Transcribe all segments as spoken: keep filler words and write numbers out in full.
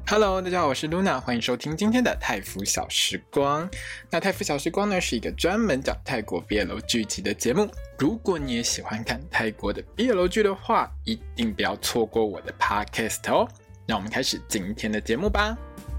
Hello， 大家好，我是 Luna， 欢迎收听今天的泰服小时光。那泰服小时光呢，是一个专门讲泰国 B L 剧集的节目。如果你也喜欢看泰国的 B L 剧的话，一定不要错过我的 Podcast 哦。那我们开始今天的节目吧。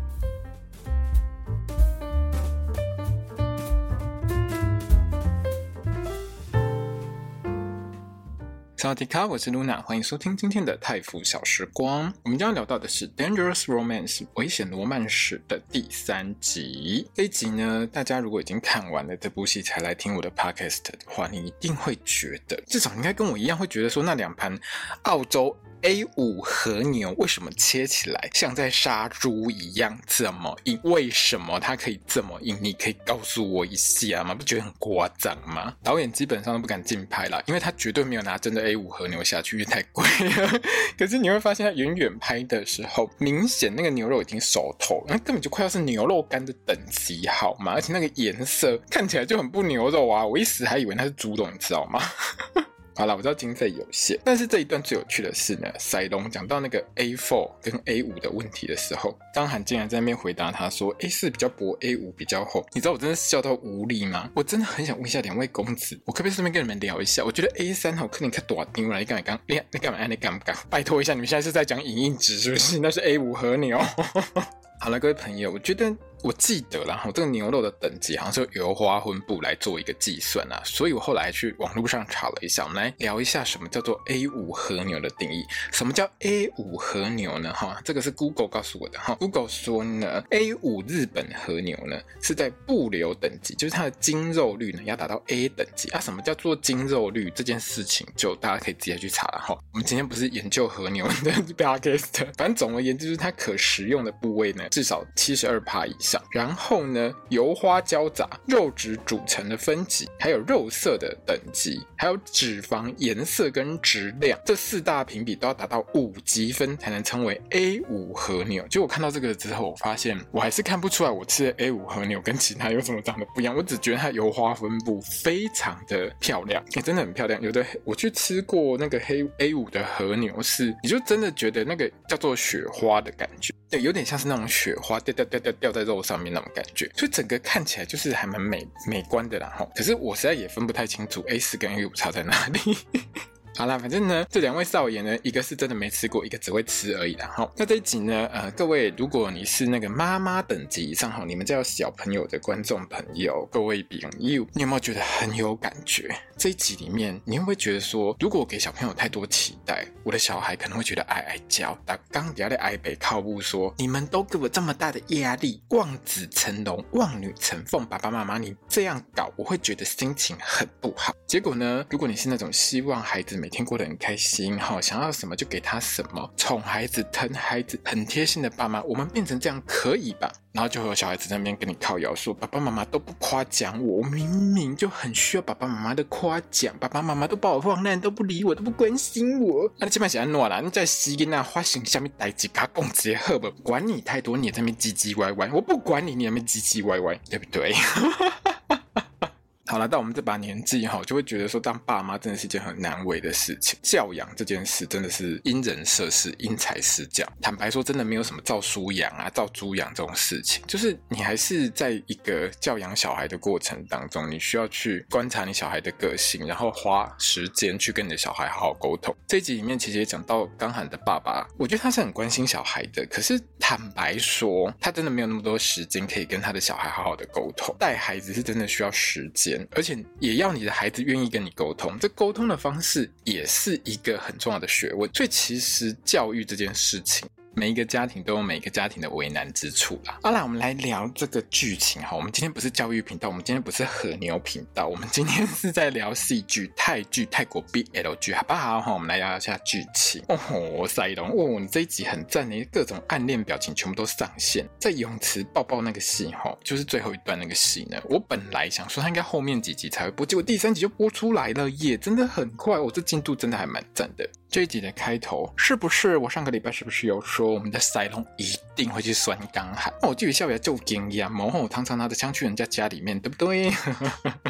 萨瓦迪卡，我是 Luna， 欢迎收听今天的泰服小时光。我们将要聊到的是 Dangerous Romance 危险罗曼史的第三集。这一集呢，大家如果已经看完了这部戏才来听我的 podcast 的话，你一定会觉得，至少应该跟我一样会觉得说，那两盘澳洲A 五 和牛为什么切起来像在杀猪一样这么硬？为什么它可以这么硬？你可以告诉我一下吗？不觉得很夸张吗？导演基本上都不敢竞拍啦，因为他绝对没有拿真的 A 五 和牛下去，因为太贵了。可是你会发现他远远拍的时候，明显那个牛肉已经熟透，那根本就快要是牛肉干的等级好吗？而且那个颜色看起来就很不牛肉啊，我一时还以为那是猪肉，你知道吗？好啦，我知道经费有限，但是这一段最有趣的是呢，赛龙讲到那个 A 四 跟 A 五 的问题的时候，张涵竟然在那边回答他说 A 四 比较薄 A 五 比较厚。你知道我真的笑到无力吗？我真的很想问一下两位公子，我可不可以顺便跟你们聊一下？我觉得 A 三 好可能看多牛了，你干嘛干？你干嘛？你干嘛干？拜托一下，你们现在是在讲影印值是不是？那是 A 五 和牛。好了，各位朋友，我觉得我记得啦，这个牛肉的等级好像是由油花荤部来做一个计算啊，所以我后来去网络上查了一下，我们来聊一下什么叫做 A 五 和牛的定义。什么叫 A 五 和牛呢？这个是 Google 告诉我的。Google 说呢 ，A 五 日本和牛呢是在不流等级，就是它的精肉率呢要达到 A 等级啊。什么叫做精肉率这件事情，就大家可以直接去查了。我们今天不是研究和牛的 podcast， 反正总而言之就是它可食用的部位呢至少 百分之七十二 以上。然后呢，油花交杂、肉质组成的分级，还有肉色的等级，还有脂肪、颜色跟质量，这四大评比都要达到五级分才能称为 A 五 和牛。结果我看到这个之后，我发现我还是看不出来我吃的 A 五 和牛跟其他有什么长得不一样，我只觉得它油花分布非常的漂亮，欸、真的很漂亮。有的我去吃过那个 A 五 的和牛是，你就真的觉得那个叫做雪花的感觉，对，有点像是那种雪花掉掉掉掉掉在肉上面那种感觉，所以整个看起来就是还蛮美美观的啦。可是我实在也分不太清楚 A 四 跟 A 五 差在哪里。好啦，反正呢，这两位少爷呢，一个是真的没吃过，一个只会吃而已啦。那这一集呢，呃，各位如果你是那个妈妈等级以上，你们家有小朋友的观众朋友，各位朋友，你有没有觉得很有感觉？这一集里面，你会不会觉得说，如果我给小朋友太多期待，我的小孩可能会觉得哀哀叫，打刚底下的哀北靠步说，你们都给我这么大的压力，望子成龙，望女成凤，爸爸妈妈你这样搞，我会觉得心情很不好。结果呢，如果你是那种希望孩子每天过得很开心，想要什么就给他什么，宠孩子疼孩子很贴心的爸妈，我们变成这样可以吧？然后就会有小孩子在那边跟你靠腰说，爸爸妈妈都不夸奖我，我明明就很需要爸爸妈妈的夸奖，爸爸妈妈都把我放烂，都不理我，都不关心我。啊，你这边是怎样啦？你在死囡仔发生什么代志，跟他讲直接好不？管你太多，你也在那边唧唧歪歪，我不管你，你也在那边唧唧歪歪，对不对？好了，到我们这把年纪就会觉得说当爸妈真的是一件很难为的事情，教养这件事真的是因人设事，因材施教。坦白说真的没有什么照书养啊照猪养这种事情，就是你还是在一个教养小孩的过程当中，你需要去观察你小孩的个性，然后花时间去跟你的小孩好好沟通。这一集里面其实也讲到刚涵的爸爸，我觉得他是很关心小孩的，可是坦白说他真的没有那么多时间可以跟他的小孩好好的沟通。带孩子是真的需要时间，而且也要你的孩子愿意跟你沟通，这沟通的方式也是一个很重要的学问。所以其实教育这件事情，每一个家庭都有每一个家庭的为难之处啦。好啦，我们来聊这个剧情哈。我们今天不是教育频道，我们今天不是和牛频道，我们今天是在聊戏剧、泰剧、泰国 B L 剧，好不好？我们来聊一下剧情。哦吼，赛龙，哦，你这一集很赞耶，各种暗恋表情全部都上线。在泳池抱抱那个戏哈，就是最后一段那个戏呢。我本来想说他应该后面几集才会播，结果第三集就播出来了耶，真的很快。我、哦、这进度真的还蛮赞的。这一集的开头是不是我上个礼拜是不是有说我们的赛龙一定会去酸刚涵？我记得校园就惊讶，某后常常拿着枪去人家家里面，对不对？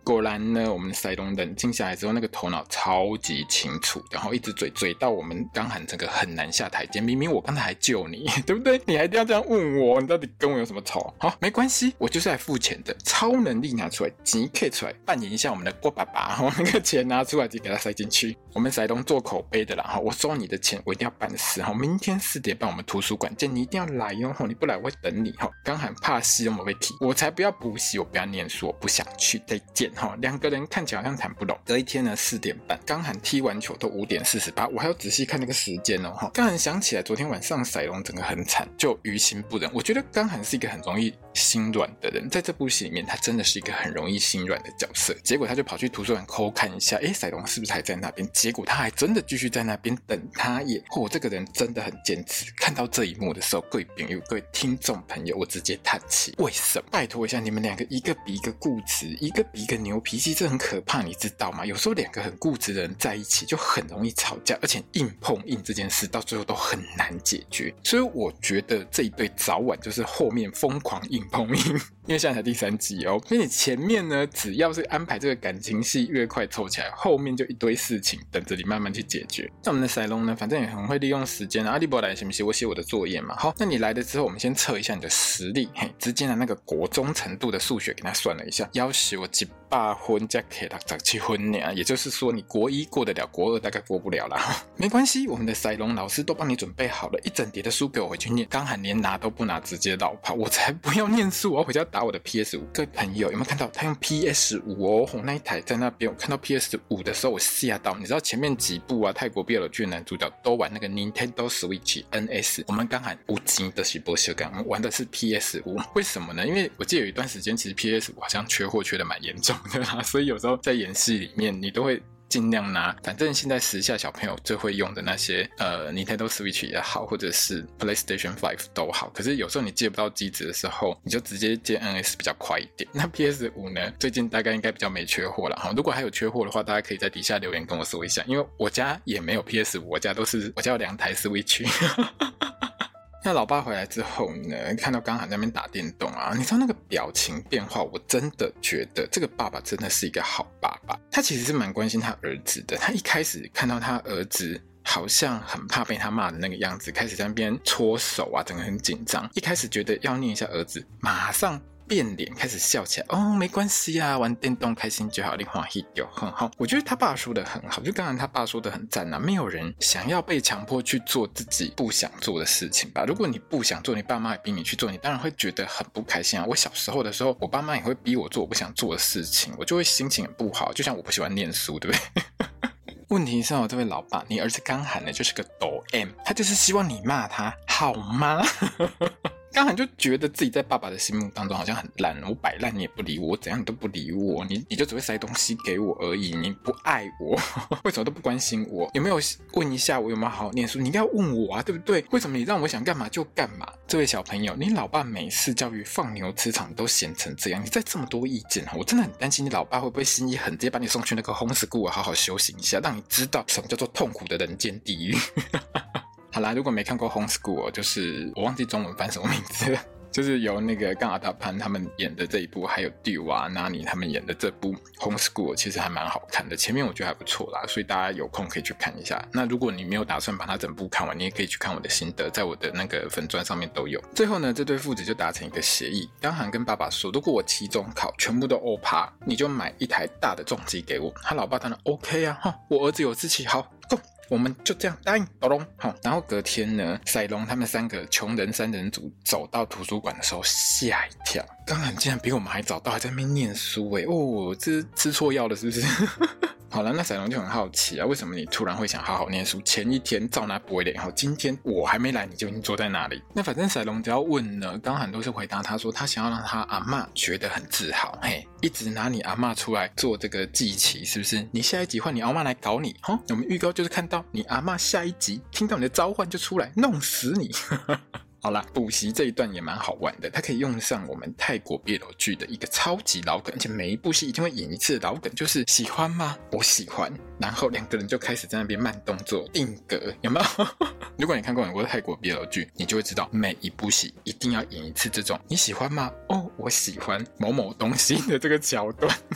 果然呢，我们赛龙冷静下来之后，那个头脑超级清楚，然后一直嘴嘴到我们刚喊整个很难下台阶。明明我刚才还救你，对不对？你还一定要这样问我，你到底跟我有什么仇？好，没关系，我就是来付钱的。超能力拿出来，钱 K 出来，扮演一下我们的郭爸爸，我那个钱拿出来就给他塞进去。我们赛龙做口碑的啦，我收你的钱，我一定要办事。明天四点半我们图书馆见，你一定要来哦，你不来我会等你。刚喊怕西都没被提，我才不要补习，我不要念书，我不想去，再见。两个人看起来好像谈不拢。隔一天呢，四点半，刚喊踢完球都五点四十八，我还要仔细看那个时间哦。刚喊想起来，昨天晚上赛龙整个很惨，就于心不忍。我觉得刚喊是一个很容易心软的人，在这部戏里面，他真的是一个很容易心软的角色。结果他就跑去图书馆抠看一下，诶，赛龙是不是还在那边？结果他还真的继续在那边等他耶。哦，这个人真的很坚持。看到这一幕的时候，各位朋友、各位听众朋友，我直接叹气。为什么？拜托一下，你们两个一个比一个固执，一个比一个牛脾气，这很可怕，你知道吗？有时候两个很固执的人在一起就很容易吵架，而且硬碰硬这件事到最后都很难解决。所以我觉得这一对早晚就是后面疯狂硬碰硬，因为现在才第三集哦。所以你前面呢，只要是安排这个感情戏越快凑起来，后面就一堆事情等着你慢慢去解决。那我们的赛龙呢，反正也很会利用时间啊。阿力伯来行不行？我写我的作业嘛。好，那你来了之后，我们先测一下你的实力。嘿，直接拿那个国中程度的数学给他算了一下，要求我一百分才可以六十七分呢，也就是说你国一过得了，国二大概过不了啦。没关系，我们的赛龙老师都帮你准备好了一整叠的书给我回去念。刚喊连拿都不拿，直接绕跑，我才不要念书，我要回家打我的 P S 五。各位朋友有没有看到他用 P S 五 哦？那一台在那边，我看到 P S 五 的时候我吓到。你知道前面几部啊，泰国 B L 剧的男主角都玩那个 Nintendo Switch N S， 我们刚喊无金的是不锈钢，我们玩的是 P S 五。为什么呢？因为我记得有一段时间，其实 P S 五 好像缺货缺的蛮严重的啦，所以有时候在演戏里面，你都会尽量拿，反正现在时下小朋友最会用的那些呃 Nintendo Switch 也好，或者是 PlayStation 五都好，可是有时候你借不到机子的时候，你就直接借 N S 比较快一点。那 P S 五 呢，最近大概应该比较没缺货了哈。如果还有缺货的话，大家可以在底下留言跟我说一下，因为我家也没有 P S 五， 我家都是我家有两台 Switch。那老爸回来之后呢，看到刚好在那边打电动啊，你知道那个表情变化，我真的觉得这个爸爸真的是一个好爸爸。他其实是蛮关心他儿子的，他一开始看到他儿子好像很怕被他骂的那个样子，开始在那边搓手啊，整个很紧张。一开始觉得要念一下儿子，马上变脸开始笑起来，哦，没关系啊，玩电动开心就好，你欢喜就很好。我觉得他爸说的很好，就刚才他爸说的很赞啊，没有人想要被强迫去做自己不想做的事情吧。如果你不想做，你爸妈也逼你去做，你当然会觉得很不开心啊。我小时候的时候，我爸妈也会逼我做我不想做的事情，我就会心情很不好，就像我不喜欢念书，对不对？问题是哦，这位老爸，你儿子刚喊的就是个抖 M， 他就是希望你骂他，好吗？刚喊就觉得自己在爸爸的心目当中好像很烂，我摆烂你也不理我，我怎样你都不理我，你你就只会塞东西给我而已，你不爱我，为什么都不关心我？有没有问一下我有没有好好念书？你应该要问我啊，对不对？为什么你让我想干嘛就干嘛？这位小朋友，你老爸每次教育放牛吃草都嫌成这样，你再这么多意见，我真的很担心你老爸会不会心一狠，直接把你送去那个 homeschool 好好修行一下，让你知道什么叫做痛苦的人间地狱。好啦，如果没看过 Homeschool， 就是我忘记中文翻什么名字了，就是由那个刚阿达潘他们演的这一部，还有 Dew 啊、Nani 他们演的这部 Homeschool， 其实还蛮好看的。前面我觉得还不错啦，所以大家有空可以去看一下。那如果你没有打算把它整部看完，你也可以去看我的心得，在我的那个粉专上面都有。最后呢，这对父子就达成一个协议，刚涵跟爸爸说，如果我期中考全部都欧趴，你就买一台大的重机给我。他老爸当然 OK 啊，齁，我儿子有志气，好 ，Go。我们就这样答应，咚咚好。然后隔天呢，赛龙他们三个穷人三人组走到图书馆的时候，吓一跳，刚涵竟然比我们还早到，还在那边念书哎，哦，这吃错药了是不是？好了，那赛龙就很好奇啊，为什么你突然会想好好念书？前一天照拿不回脸，今天我还没来，你就已经坐在那里。那反正赛龙只要问呢，刚涵都是回答他说，他想要让他阿嬷觉得很自豪，嘿，一直拿你阿嬷出来做这个祭旗，是不是？你下一集换你阿嬷来搞你，齁，我们预告就是看到你阿嬷下一集听到你的召唤就出来弄死你。好啦，补习这一段也蛮好玩的，它可以用上我们泰国 B L 剧的一个超级老梗，而且每一部戏一定会演一次的老梗，就是喜欢吗？我喜欢。然后两个人就开始在那边慢动作定格，有没有？如果你看过很多泰国 B L 剧，你就会知道每一部戏一定要演一次这种你喜欢吗？哦，我喜欢某某东西的这个桥段。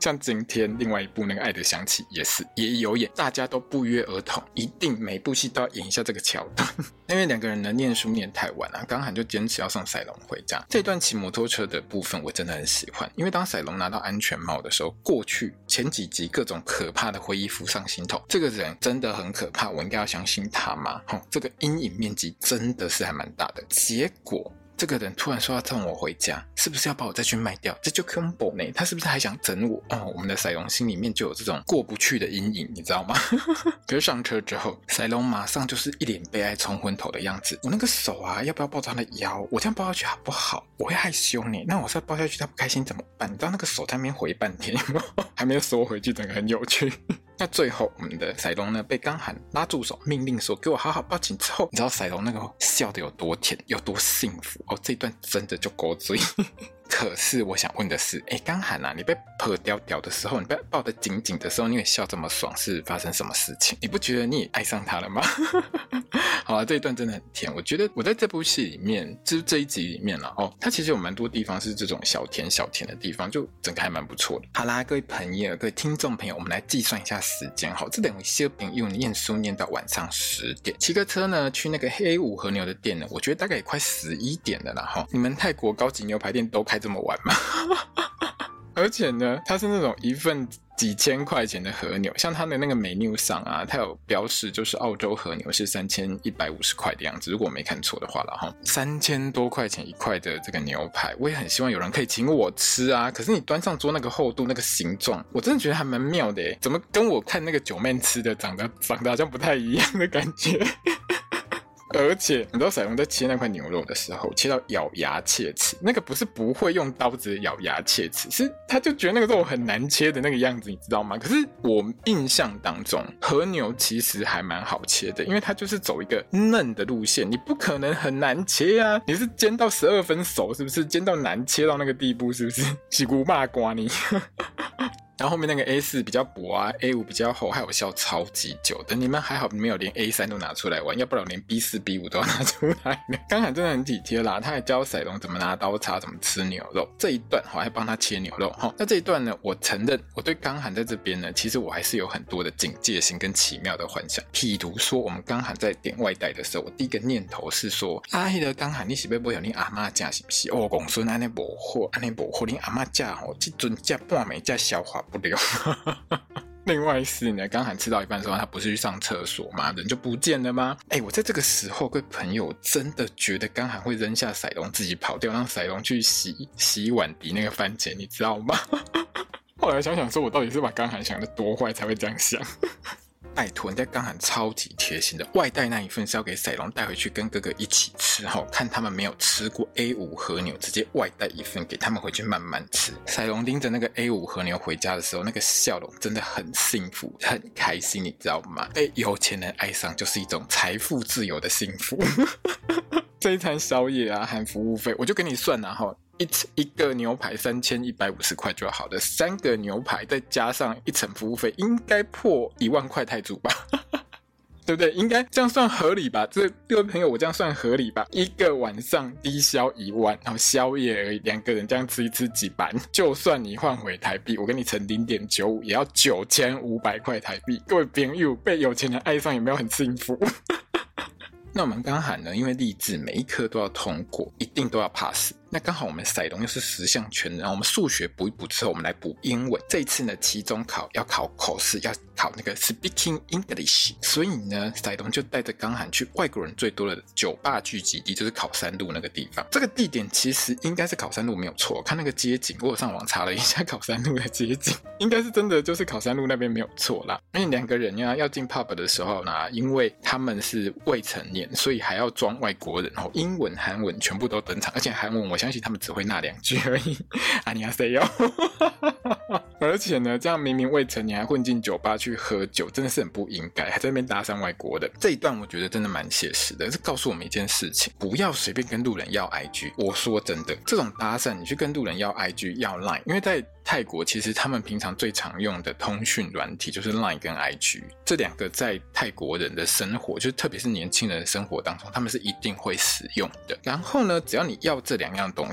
像今天另外一部那个《爱的香气》也是也有演，大家都不约而同，一定每部戏都要演一下这个桥段。因为两个人呢念书念太晚啊，刚好就坚持要送赛龙回家。这段骑摩托车的部分我真的很喜欢，因为当赛龙拿到安全帽的时候，过去前几集各种可怕的回忆浮上心头，这个人真的很可怕，我应该要相信他吗？哦、这个阴影面积真的是还蛮大的。结果这个人突然说要送我回家，是不是要把我再去卖掉？这就 combo 呢？他是不是还想整我？哦，我们的赛龙心里面就有这种过不去的阴影，你知道吗？可是上车之后，赛龙马上就是一脸被爱冲昏头的样子。我那个手啊，要不要抱着他的腰？我这样抱下去好不好？我会害羞呢。那我是要抱下去，他不开心怎么办？你知道那个手在那边回半天，还没有缩回去，整个很有趣。那最后我们的赛龙呢被刚喊拉住手，命令说给我好好抱紧之后，你知道赛龙那个笑得有多甜有多幸福哦，这一段真的就勾嘴。可是我想问的是，哎，刚喊啊，你被破掉掉的时候，你被抱得紧紧的时候，你也笑这么爽，是发生什么事情？你不觉得你也爱上他了吗？好啦，这一段真的很甜。我觉得我在这部戏里面，就是这一集里面啦，哦，它其实有蛮多地方是这种小甜小甜的地方，就整个还蛮不错的。好啦，各位朋友、各位听众朋友，我们来计算一下时间。好，这两位小朋友念书念到晚上十点，骑个车呢去那个黑五和牛的店呢，我觉得大概也快十一点了啦。哈，你们泰国高级牛排店都开这么晚吗？而且呢，它是那种一份几千块钱的和牛，像它的那个 menu 上啊，它有标示就是澳洲和牛是三千一百五十块的样子，如果我没看错的话啦齁，三千多块钱一块的这个牛排，我也很希望有人可以请我吃啊。可是你端上桌那个厚度那个形状，我真的觉得还蛮妙的耶，怎么跟我看那个九妹吃的长得长得好像不太一样的感觉。而且你知道赛龙在切那块牛肉的时候，切到咬牙切齿，那个不是不会用刀子咬牙切齿，是他就觉得那个肉很难切的那个样子，你知道吗？可是我印象当中和牛其实还蛮好切的，因为它就是走一个嫩的路线，你不可能很难切啊，你是煎到十二分熟是不是？煎到难切到那个地步是不是？是古骂瓜你。然后后面那个 A 四 比较薄啊 ，A 五 比较厚，还有笑超级久的。你们还好没有连 A 三 都拿出来玩，要不然连 B 四 B 五 都要拿出来了。刚才真的很体贴啦，他还教赛龙怎么拿刀叉，怎么吃牛肉。这一段我还帮他切牛肉。那这一段呢，我承认我对刚喊在这边呢，其实我还是有很多的警戒心跟奇妙的幻想。譬如说，我们刚喊在点外带的时候，我第一个念头是说，啊，那个刚喊你是不是不晓得你阿嬷家是不是？哦，公孙安尼不好，安尼不好，你阿嬷家吼，这阵家半暝家消化不了。另外是呢，刚喊吃到一半的时候，他不是去上厕所吗？人就不见了吗？哎，我在这个时候，各位朋友真的觉得刚喊会扔下赛龙自己跑掉，让赛龙去洗洗碗底那个番茄，你知道吗？后来想想说，我到底是把刚喊想的多坏才会这样想。拜托，人家刚喊超级贴心的，外带那一份是要给赛龙带回去跟哥哥一起吃，看他们没有吃过 A 五 和牛，直接外带一份给他们回去慢慢吃。赛龙拎着那个 A 五 和牛回家的时候，那个笑容真的很幸福，很开心，你知道吗？被有钱人爱上就是一种财富自由的幸福。这一餐宵夜啊，含服务费，我就跟你算啊齁。一, 一个牛排三千一百五十块就好了，三个牛排再加上一层服务费，应该破一万块泰铢吧？对不对？应该这样算合理吧？这各位朋友，我这样算合理吧？一个晚上低消一万，然后宵夜而已，两个人这样吃一吃几盘，就算你换回台币，我跟你乘 零点九五，也要九千五百块台币。各位朋友，被有钱人爱上有没有很幸福？那我们刚喊呢，因为立志每一科都要通过，一定都要 pass。那刚好我们赛龙又是十项全能，我们数学补一补之后，我们来补英文。这一次呢，期中考要考口试，要考那个 Speaking English， 所以呢，赛龙就带着刚喊去外国人最多的酒吧聚集地，就是考山路那个地方。这个地点其实应该是考山路没有错，看那个街景，我有上网查了一下考山路的街景，应该是真的就是考山路那边没有错啦。因为两个人呀要进 pub 的时候呢，因为他们是未成年，所以还要装外国人，然后英文、韩文全部都登场，而且韩文我相信他们只会那两句而已。안녕하세요。而且呢，这样明明未成年还混进酒吧去喝酒，真的是很不应该，还在那边搭讪外国的。这一段我觉得真的蛮写实的，是告诉我们一件事情：不要随便跟路人要 I G。我说真的，这种搭讪你去跟路人要 I G 要 Line， 因为在泰国其实他们平常最常用的通讯软体就是 Line 跟 I G， 这两个在泰国人的生活，就是特别是年轻人的生活当中，他们是一定会使用的。然后呢，只要你要这两样东西，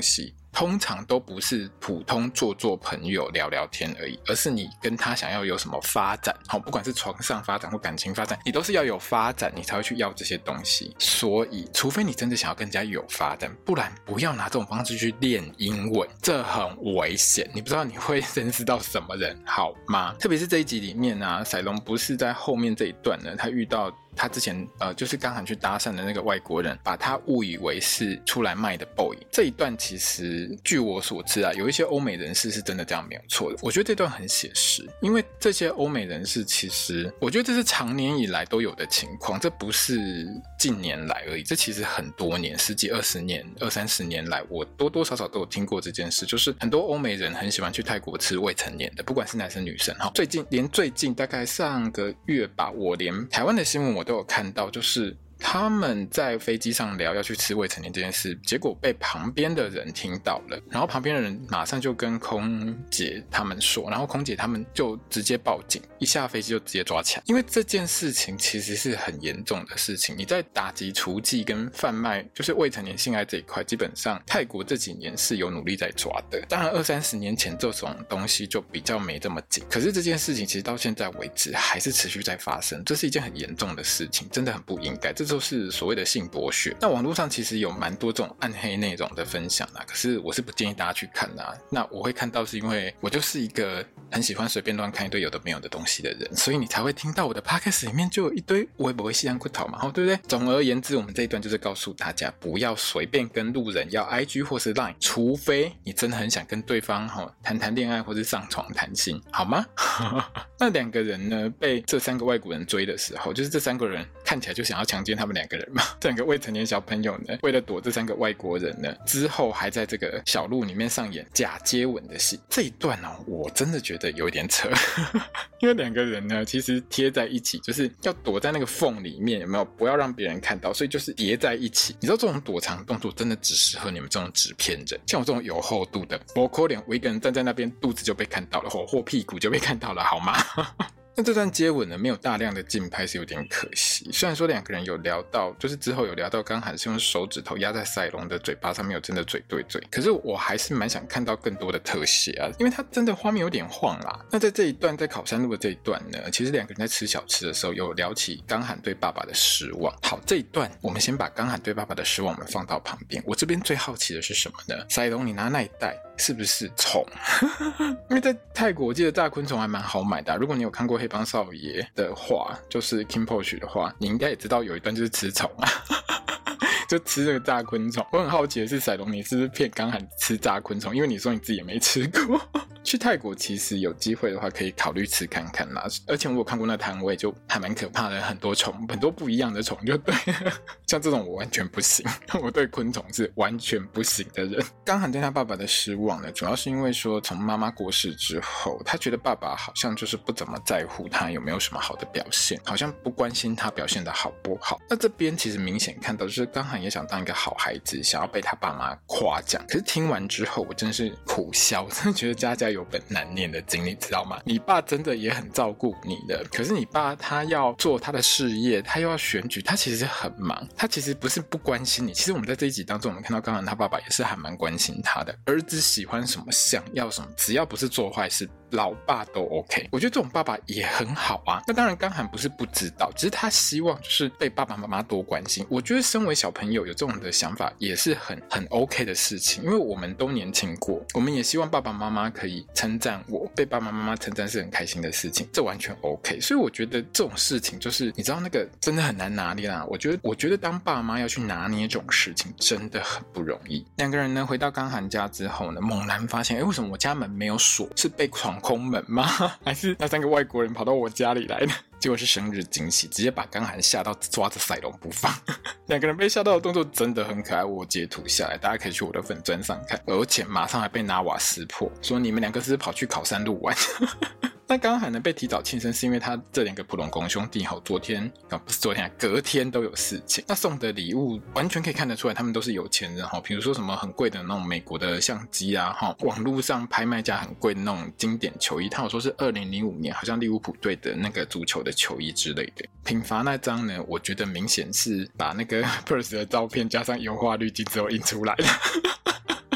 通常都不是普通做做朋友聊聊天而已，而是你跟他想要有什么发展，不管是床上发展或感情发展，你都是要有发展你才会去要这些东西。所以除非你真的想要跟人家有发展，不然不要拿这种方式去练英文，这很危险，你不知道你会认识到什么人好吗？特别是这一集里面啊，赛隆不是在后面这一段呢，他遇到他之前呃，就是刚好去搭讪的那个外国人，把他误以为是出来卖的 boy。这一段其实据我所知啊，有一些欧美人士是真的这样没有错的。我觉得这段很写实，因为这些欧美人士其实，我觉得这是长年以来都有的情况，这不是近年来而已，这其实很多年，十几、二十年、二三十年来，我多多少少都有听过这件事，就是很多欧美人很喜欢去泰国吃未成年的，不管是男生女生哈。最近连最近大概上个月吧，我连台湾的新闻我都有看到，就是他们在飞机上聊要去吃未成年这件事，结果被旁边的人听到了，然后旁边的人马上就跟空姐他们说，然后空姐他们就直接报警，一下飞机就直接抓起来。因为这件事情其实是很严重的事情，你在打击雏妓跟贩卖就是未成年性爱这一块，基本上泰国这几年是有努力在抓的。当然二三十年前这种东西就比较没这么紧，可是这件事情其实到现在为止还是持续在发生，这是一件很严重的事情，真的很不应该，这就是所谓的性剥削。那网络上其实有蛮多这种暗黑内容的分享啦，可是我是不建议大家去看啦。那我会看到是因为我就是一个很喜欢随便乱看一堆有的没有的东西的人，所以你才会听到我的 podcast 里面就有一堆微博西洋骨头嘛，对不对？总而言之，我们这一段就是告诉大家不要随便跟路人要 I G 或是 Line， 除非你真的很想跟对方谈谈恋爱或是上床谈心，好吗？那两个人呢被这三个外国人追的时候，就是这三个人看起来就想要强奸他们两个人嘛，这两个未成年小朋友呢为了躲这三个外国人呢，之后还在这个小路里面上演假接吻的戏。这一段哦，我真的觉得有点扯因为两个人呢其实贴在一起，就是要躲在那个缝里面，有没有？不要让别人看到，所以就是叠在一起。你知道这种躲藏动作真的只适合你们这种纸片人，像我这种有厚度的，我可能我一个人站在那边肚子就被看到了，或屁股就被看到了，好吗那这段接吻呢，没有大量的竞拍是有点可惜。虽然说两个人有聊到，就是之后有聊到刚还是用手指头压在赛隆的嘴巴上面，有真的嘴对嘴，可是我还是蛮想看到更多的特写啊，因为它真的画面有点晃啦。那在这一段，在考山路的这一段呢，其实两个人在吃小吃的时候有聊起刚喊对爸爸的失望。好，这一段我们先把刚喊对爸爸的失望我们放到旁边。我这边最好奇的是什么呢？赛隆，你拿那一袋是不是虫？因为在泰国我记得炸昆虫还蛮好买的、啊、如果你有看过黑帮少爷的话，就是 Kim Porsche 的话，你应该也知道有一段就是吃虫啊就吃这个炸昆虫。我很好奇的是，赛隆你是不是骗刚喊吃炸昆虫？因为你说你自己也没吃过去泰国其实有机会的话可以考虑吃看看啦，而且我有看过那摊位就还蛮可怕的，很多虫，很多不一样的虫就对了像这种我完全不行我对昆虫是完全不行的人。刚喊对他爸爸的失望呢，主要是因为说从妈妈过世之后，他觉得爸爸好像就是不怎么在乎他有没有什么好的表现，好像不关心他表现的好不好。那这边其实明显看到就是刚喊也想当一个好孩子，想要被他爸妈夸奖，可是听完之后我真的是苦笑，我真的觉得家家有本难念的经，你知道吗？你爸真的也很照顾你的，可是你爸他要做他的事业，他又要选举，他其实很忙，他其实不是不关心你。其实我们在这一集当中我们看到刚刚他爸爸也是还蛮关心他的，儿子喜欢什么想要什么，只要不是做坏事老爸都 OK。 我觉得这种爸爸也很好啊。那当然刚喊不是不知道，只是他希望就是被爸爸妈妈多关心。我觉得身为小朋友有这种的想法也是很很 OK 的事情，因为我们都年轻过，我们也希望爸爸妈妈可以称赞我，被爸爸妈妈称赞是很开心的事情，这完全 OK。 所以我觉得这种事情就是你知道那个真的很难拿捏啦。我觉得我觉得当爸妈要去拿捏这种事情真的很不容易。两个人呢回到刚喊家之后呢，猛然发现诶为什么我家门没有锁，是被闯空门吗？还是那三个外国人跑到我家里来的？结果是生日惊喜，直接把刚喊吓到抓着赛隆不放两个人被吓到的动作真的很可爱，我截图下来大家可以去我的粉专上看，而且马上还被拿瓦撕破，说你们两个是不是跑去考山路玩那刚喊呢被提早庆生是因为他这两个普龙宫兄弟好昨天啊不是昨天隔天都有事情，那送的礼物完全可以看得出来他们都是有钱人哈，比如说什么很贵的那种美国的相机啊哈，网络上拍卖价很贵的那种经典球衣，他有说是二零零五年好像利物浦队的那个足球的球衣之类的。品罚那张呢，我觉得明显是把那个 Purse 的照片加上油画滤镜之后印出来的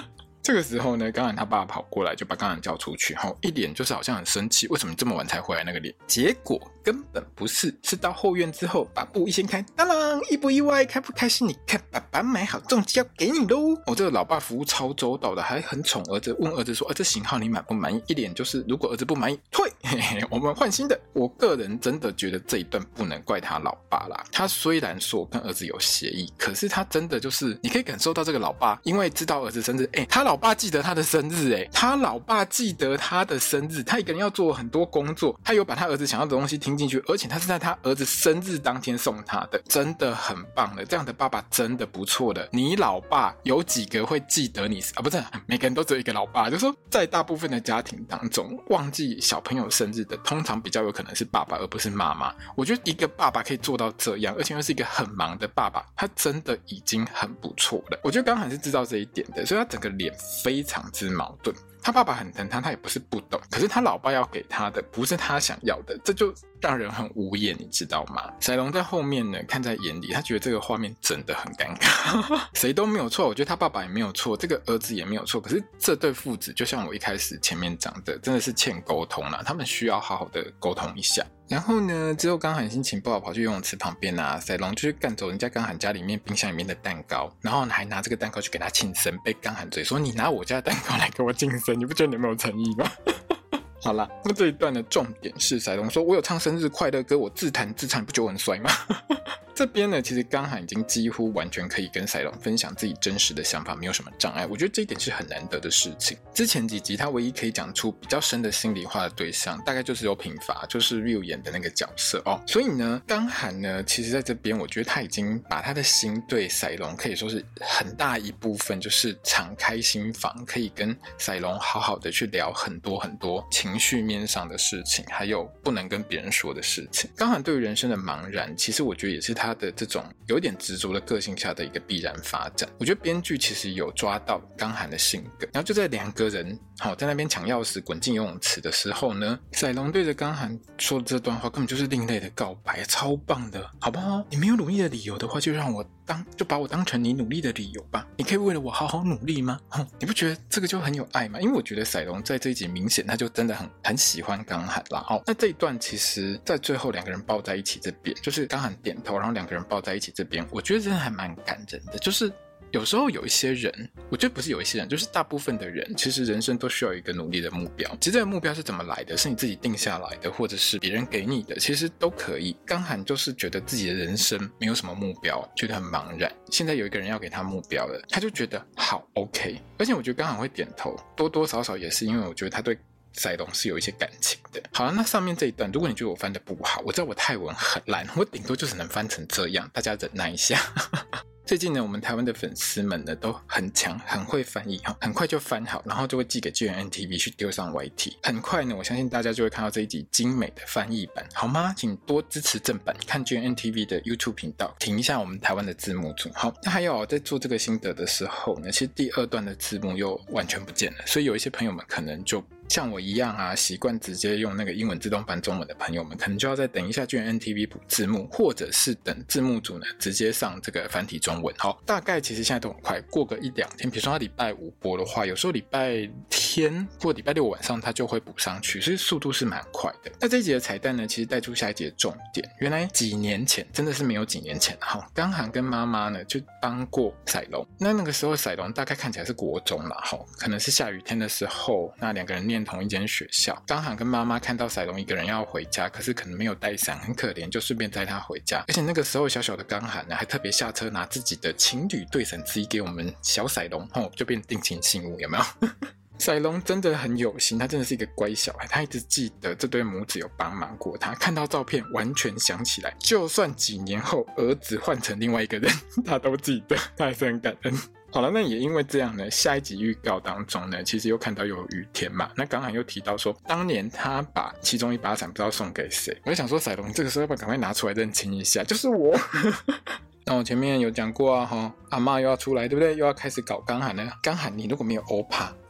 这个时候呢，刚才他爸跑过来就把刚才叫出去，一脸就是好像很生气，为什么这么晚才回来那个脸。结果根本不是，是到后院之后把布一掀开，当啷，意不意外，开不开心？你看爸爸买好重机要给你咯。哦，这个老爸服务超周到的，还很宠儿子，问儿子说、啊、这型号你满不满意？一脸就是如果儿子不满意退，嘿嘿，我们换新的。我个人真的觉得这一段不能怪他老爸啦，他虽然说我跟儿子有协议，可是他真的就是你可以感受到这个老爸因为知道儿子生日，诶，他老爸记得他的生日，诶，他老爸记得他的生日，他一个人要做很多工作，他有把他儿子想要的东西听进去，而且他是在他儿子生日当天送他的，真的很棒的，这样的爸爸真的不错的。你老爸有几个会记得你啊？不是，每个人都只有一个老爸，就是说在大部分的家庭当中，忘记小朋友生日的通常比较有可能是爸爸而不是妈妈。我觉得一个爸爸可以做到这样，而且又是一个很忙的爸爸，他真的已经很不错了。我觉得刚好是知道这一点的，所以他整个脸非常之矛盾。他爸爸很疼他，他也不是不懂，可是他老爸要给他的不是他想要的，这就让人很无言，你知道吗？赛龙在后面呢，看在眼里，他觉得这个画面真的很尴尬，谁都没有错，我觉得他爸爸也没有错，这个儿子也没有错，可是这对父子就像我一开始前面讲的，真的是欠沟通啦，他们需要好好的沟通一下。然后呢，之后刚喊心情不好跑去游泳池旁边啊，赛龙就去干走人家刚喊家里面冰箱里面的蛋糕，然后还拿这个蛋糕去给他庆生，被刚喊嘴说你拿我家的蛋糕来给我庆生，你不觉得你没有诚意吗？好啦，那这一段的重点是赛龙说我有唱生日快乐歌，我自弹自唱，你不觉得我很帅吗？这边呢，其实刚好已经几乎完全可以跟赛龙分享自己真实的想法，没有什么障碍。我觉得这一点是很难得的事情。之前几集他唯一可以讲出比较深的心里话的对象，大概就是有品罚，就是 Ryu 演的那个角色哦。所以呢，刚涵呢，其实在这边，我觉得他已经把他的心对赛龙可以说是很大一部分，就是敞开心房，可以跟赛龙好好的去聊很多很多情绪面上的事情，还有不能跟别人说的事情。刚涵对于人生的茫然，其实我觉得也是他他的这种有点执着的个性下的一个必然发展。我觉得编剧其实有抓到刚涵的性格，然后就在两个人好在那边抢钥匙滚进游泳池的时候呢，赛龙对着刚涵说的这段话根本就是另类的告白，超棒的，好不好？你没有努力的理由的话，就让我当就把我当成你努力的理由吧，你可以为了我好好努力吗？你不觉得这个就很有爱吗？因为我觉得赛龙在这一集明显他就真的很很喜欢刚涵啦。哦，那这一段其实在最后两个人抱在一起这边，就是刚涵点头，然后两个人抱在一起这边，我觉得真的还蛮感人的。就是有时候有一些人，我觉得不是有一些人，就是大部分的人，其实人生都需要一个努力的目标。其实这个目标是怎么来的？是你自己定下来的，或者是别人给你的，其实都可以。刚涵就是觉得自己的人生没有什么目标，觉得很茫然。现在有一个人要给他目标了，他就觉得好 OK。而且我觉得刚涵会点头，多多少少也是因为我觉得他对赛龙是有一些感情的。好了，那上面这一段，如果你觉得我翻的不好，我知道我泰文很烂，我顶多就只能翻成这样，大家忍耐一下。最近呢，我们台湾的粉丝们呢都很强，很会翻译，很快就翻好，然后就会寄给 G M M T V 去丢上 Y T。很快呢，我相信大家就会看到这一集精美的翻译版，好吗？请多支持正版，看 G M M T V 的 YouTube 频道，听一下我们台湾的字幕组。好，那还有在做这个心得的时候呢，其实第二段的字幕又完全不见了，所以有一些朋友们可能就像我一样啊，习惯直接用那个英文自动翻中文的朋友们，可能就要再等一下 G M M T V 补字幕，或者是等字幕组呢直接上这个繁体中文。好，大概其实现在都很快，过个一两天，比如说他礼拜五播的话，有时候礼拜天或礼拜六晚上他就会补上去，所以速度是蛮快的。那这一集的彩蛋呢，其实带出下一集的重点。原来几年前，真的是没有几年前哈，刚涵跟妈妈呢就当过赛龙。那那个时候赛龙大概看起来是国中啦，哈，可能是下雨天的时候，那两个人念同一间学校。刚涵跟妈妈看到赛龙一个人要回家，可是可能没有带伞，很可怜，就顺便载他回家。而且那个时候小小的刚涵呢，还特别下车拿自己的情侣对伞之一给我们小赛龙，哦，就变定情信物，有没有？赛龙真的很有心，他真的是一个乖小孩，他一直记得这对母子有帮忙过他，看到照片完全想起来，就算几年后儿子换成另外一个人，他都记得，他还是很感恩。好了，那也因为这样呢，下一集预告当中呢，其实又看到又有雨天嘛，那刚好又提到说，当年他把其中一把伞不知道送给谁，我就想说，赛龙这个时候要不要赶快拿出来认清一下，就是我。那我前面有讲过啊，齁，阿嬷又要出来，对不对？又要开始搞刚涵了。刚涵，你如果没有欧帕，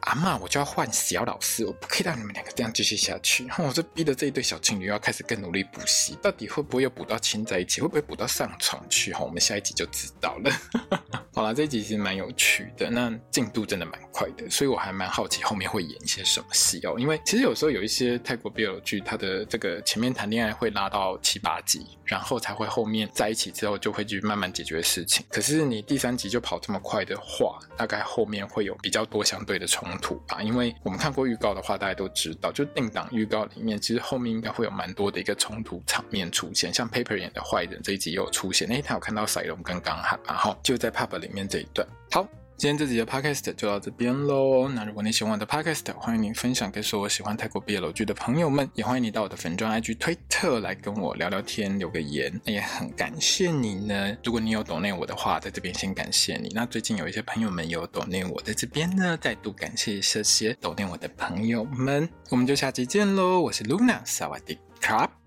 阿嬷我就要换小老师，我不可以让你们两个这样继续下去。我就逼得这一对小情侣要开始更努力补习，到底会不会又补到亲在一起，会不会补到上床去，我们下一集就知道了。好啦，这一集其实蛮有趣的，那进度真的蛮快的，所以我还蛮好奇后面会演一些什么戏哦。因为其实有时候有一些泰国 B L 剧，它的这个前面谈恋爱会拉到七八集，然后才会后面在一起之后就会去慢慢解决事情。可是你第三集就跑这么快的话，大概后面会有比较多相对的冲突吧。因为我们看过预告的话，大家都知道，就定档预告里面，其实后面应该会有蛮多的一个冲突场面出现。像 Paper 演的坏人这一集也有出现，诶，他有看到赛隆跟刚汉嘛，齁，就在 Pub 里面这一段。好，今天这集的 podcast 就到这边咯。那如果你喜欢我的 podcast， 欢迎你分享给所有喜欢泰国 B L 剧的朋友们，也欢迎你到我的粉专 I G 推特来跟我聊聊天，留个言。也很感谢你呢，如果你有 donate 我的话，在这边先感谢你。那最近有一些朋友们有 donate 我，在这边呢再度感谢这些 donate 我的朋友们。我们就下集见咯，我是 Luna， 萨瓦迪卡。